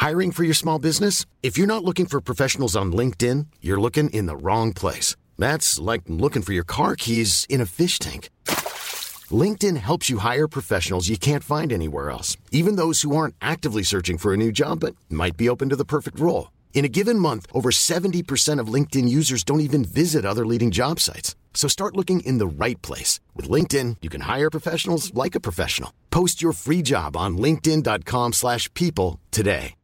Hiring for your small business? If you're not looking for professionals on LinkedIn, you're looking in the wrong place. That's like looking for your car keys in a fish tank. LinkedIn helps you hire professionals you can't find anywhere else, even those who aren't actively searching for a new job but might be open to the perfect role. In a given month, over 70% of LinkedIn users don't even visit other leading job sites. So start looking in the right place. With LinkedIn, you can hire professionals like a professional. Post your free job on linkedin.com/people today.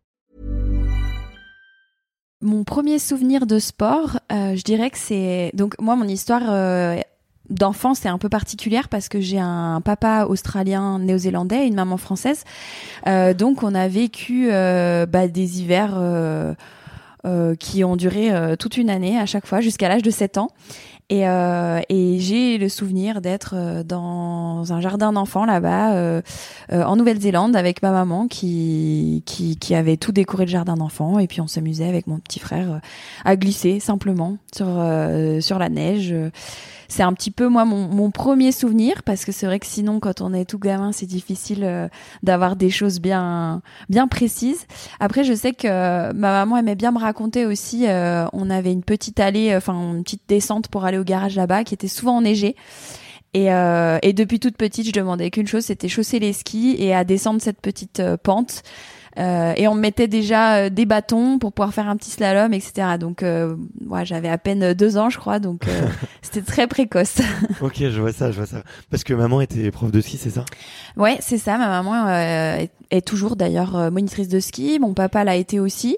Mon premier souvenir de sport, je dirais que c'est... Donc moi, mon histoire d'enfance est un peu particulière parce que j'ai un papa australien néo-zélandais et une maman française. Donc on a vécu des hivers qui ont duré toute une année à chaque fois, jusqu'à l'âge de 7 ans. Et j'ai le souvenir d'être dans un jardin d'enfants là-bas en Nouvelle-Zélande avec ma maman qui avait tout décoré le jardin d'enfants, et puis on s'amusait avec mon petit frère à glisser simplement sur la neige. C'est un petit peu moi mon premier souvenir, parce que c'est vrai que sinon quand on est tout gamin c'est difficile d'avoir des choses bien précises. Après je sais que ma maman aimait bien me raconter aussi, on avait une petite allée, une petite descente pour aller au garage là-bas qui était souvent enneigée. Et depuis toute petite je demandais qu'une chose, c'était chausser les skis et à descendre cette petite pente. Et on me mettait déjà des bâtons pour pouvoir faire un petit slalom, etc. Donc, j'avais à peine 2 ans, je crois, donc c'était très précoce. Ok, je vois ça. Parce que maman était prof de ski, c'est ça ? Ouais, c'est ça. Ma maman est toujours d'ailleurs monitrice de ski. Mon papa l'a été aussi.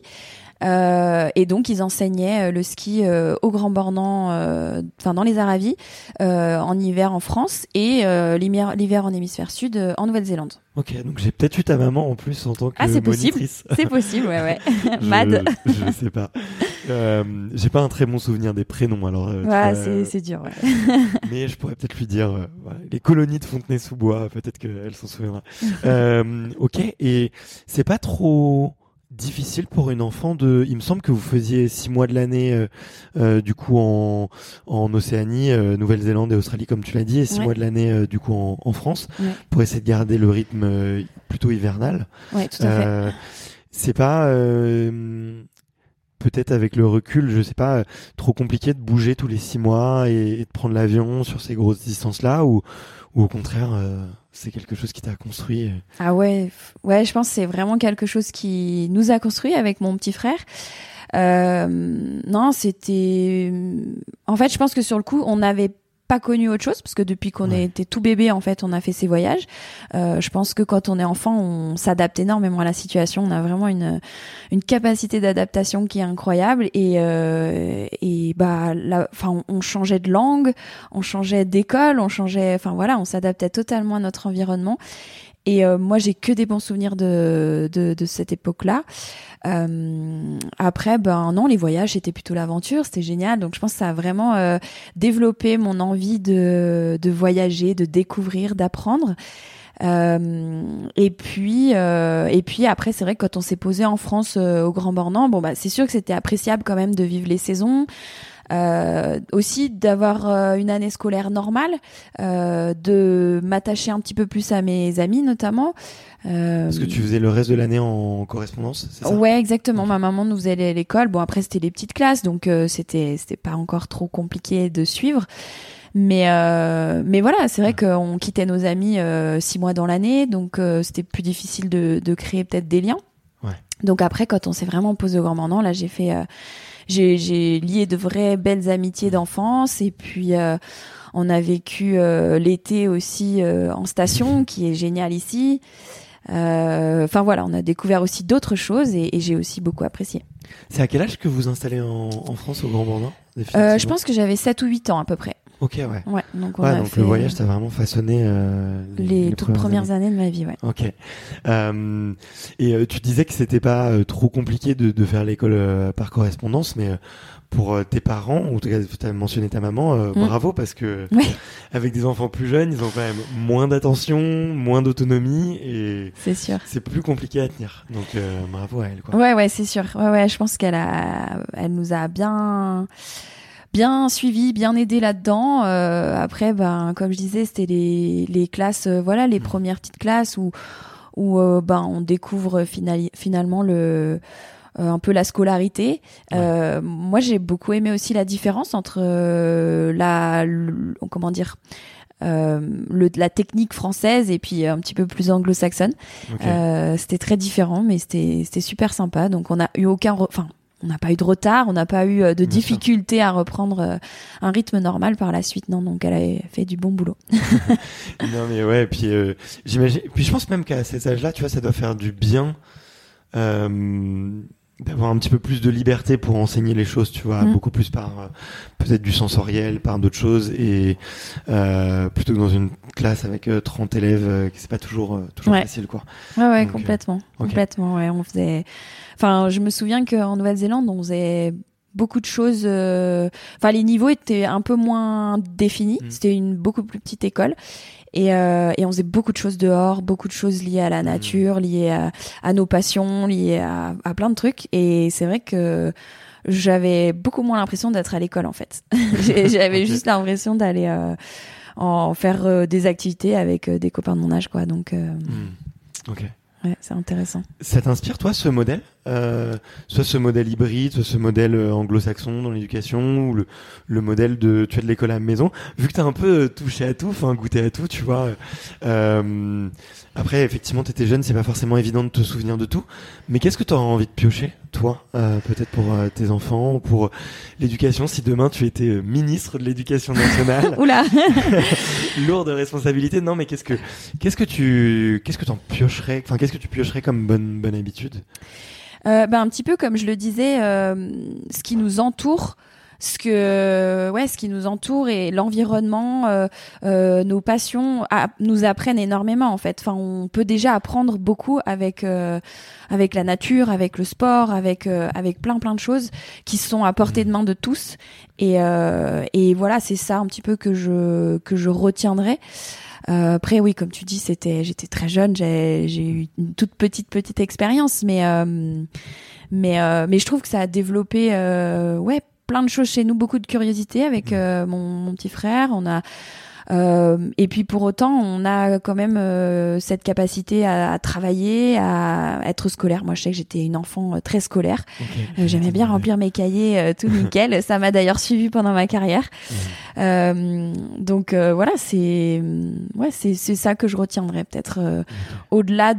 Et donc ils enseignaient le ski au Grand Bornand, dans les Aravis, en hiver en France, et l'hiver en hémisphère sud en Nouvelle-Zélande. Ok, donc j'ai peut-être eu ta maman en plus en tant que c'est monitrice. C'est possible, ouais. Mad. Je sais pas. J'ai pas un très bon souvenir des prénoms, alors. C'est dur, ouais. Mais je pourrais peut-être lui dire, les colonies de Fontenay-sous-Bois, peut-être qu'elle s'en souviendra. Ok, et c'est pas trop difficile pour une enfant il me semble que vous faisiez 6 mois de l'année du coup en Océanie, Nouvelle-Zélande et Australie comme tu l'as dit, et 6 mois de l'année du coup en France, pour essayer de garder le rythme plutôt hivernal. Ouais, tout à fait. C'est pas peut-être avec le recul, je sais pas, trop compliqué de bouger tous les 6 mois et de prendre l'avion sur ces grosses distances là, ou au contraire c'est quelque chose qui t'a construit? Ah ouais, je pense que c'est vraiment quelque chose qui nous a construit avec mon petit frère. Non, c'était... En fait, je pense que sur le coup, on n'avait pas connu autre chose, parce que depuis qu'on était tout bébé, en fait, on a fait ces voyages. Je pense que quand on est enfant, on s'adapte énormément à la situation. On a vraiment une capacité d'adaptation qui est incroyable. On changeait de langue, on changeait d'école, on s'adaptait totalement à notre environnement. Et moi, j'ai que des bons souvenirs de cette époque-là. Après, non, les voyages, c'était plutôt l'aventure, c'était génial. Donc, je pense que ça a vraiment développé mon envie de voyager, de découvrir, d'apprendre. Et puis après, c'est vrai que quand on s'est posé en France au Grand Bornand, c'est sûr que c'était appréciable quand même de vivre les saisons. Aussi d'avoir une année scolaire normale, de m'attacher un petit peu plus à mes amis notamment. Parce que tu faisais le reste de l'année en correspondance, c'est ça ? Ouais, exactement. Ma maman nous faisait l'école. Bon, après c'était les petites classes, donc c'était pas encore trop compliqué de suivre. Mais voilà, c'est vrai qu'on quittait nos amis 6 mois dans l'année, donc c'était plus difficile de créer peut-être des liens. Ouais. Donc après, quand on s'est vraiment posé au Grand Bornand, là j'ai lié de vraies belles amitiés d'enfance, et puis on a vécu l'été aussi en station, qui est génial ici. On a découvert aussi d'autres choses, et j'ai aussi beaucoup apprécié. C'est à quel âge que vous installez en France au Grand Bornand ? Je pense que j'avais 7 ou 8 ans à peu près. Ok, ouais. Ouais, donc le voyage, t'as vraiment façonné les toutes premières années de ma vie, ouais. Ok. Et tu disais que c'était pas trop compliqué de faire l'école par correspondance, mais pour tes parents, ou tu as mentionné ta maman, bravo, parce que avec des enfants plus jeunes, ils ont quand même moins d'attention, moins d'autonomie, et c'est sûr. C'est plus compliqué à tenir. Donc bravo à elle, quoi. Ouais, c'est sûr. Ouais, je pense qu'elle nous a bien suivi, bien aidé là-dedans. Après, comme je disais, c'était les classes, les premières petites classes où où on découvre finalement un peu la scolarité. Moi, j'ai beaucoup aimé aussi la différence entre la technique française et puis un petit peu plus anglo-saxonne. C'était très différent, mais c'était super sympa. Donc on n'a eu on n'a pas eu de retard, on n'a pas eu de difficulté à reprendre un rythme normal par la suite. Non, donc elle a fait du bon boulot. Non mais ouais, puis j'imagine. Puis je pense même qu'à ces âges-là, tu vois, ça doit faire du bien. D'avoir un petit peu plus de liberté pour enseigner les choses, tu vois, beaucoup plus par peut-être du sensoriel, par d'autres choses, et plutôt que dans une classe avec 30 élèves, c'est pas toujours facile, quoi. Ouais, donc, complètement. Ouais, on faisait. Enfin, je me souviens qu'en Nouvelle-Zélande, on faisait beaucoup de choses. Enfin, les niveaux étaient un peu moins définis. C'était une beaucoup plus petite école. Et on faisait beaucoup de choses dehors, beaucoup de choses liées à la nature, liées à nos passions, liées à plein de trucs. Et c'est vrai que j'avais beaucoup moins l'impression d'être à l'école, en fait. J'avais juste l'impression d'aller en faire des activités avec des copains de mon âge, quoi. Donc, ouais, c'est intéressant. Ça t'inspire, toi, ce modèle, soit ce modèle hybride, soit ce modèle anglo-saxon dans l'éducation, ou le modèle de l'école à la maison, vu que t'as un peu touché à tout, enfin goûté à tout, tu vois. Après, effectivement, t'étais jeune, c'est pas forcément évident de te souvenir de tout. Mais qu'est-ce que t'auras envie de piocher, toi, peut-être pour tes enfants, ou pour l'éducation, si demain tu étais ministre de l'Éducation nationale? Oula. Lourde responsabilité. Non, mais qu'est-ce que t'en piocherais, enfin qu'est-ce que tu piocherais comme bonne habitude? Un petit peu comme je le disais, ce qui nous entoure, ce qui nous entoure et l'environnement, nos passions nous apprennent énormément, en fait. Enfin, on peut déjà apprendre beaucoup avec la nature, avec le sport, avec plein de choses qui sont à portée de main de tous. Et voilà, c'est ça un petit peu que je retiendrai. Après, oui, comme tu dis, j'étais très jeune, j'ai eu une toute petite expérience, mais je trouve que ça a développé, plein de choses chez nous, beaucoup de curiosité avec mon petit frère. On a et puis pour autant, on a quand même cette capacité à travailler, à être scolaire. Moi, je sais que j'étais une enfant très scolaire. J'aimais bien remplir mes cahiers tout nickel. Ça m'a d'ailleurs suivi pendant ma carrière. Donc voilà, c'est ça que je retiendrai peut-être au-delà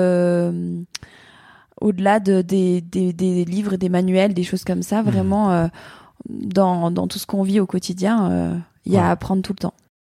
des livres, des manuels, des choses comme ça. Vraiment, dans tout ce qu'on vit au quotidien, il y a à apprendre tout le temps.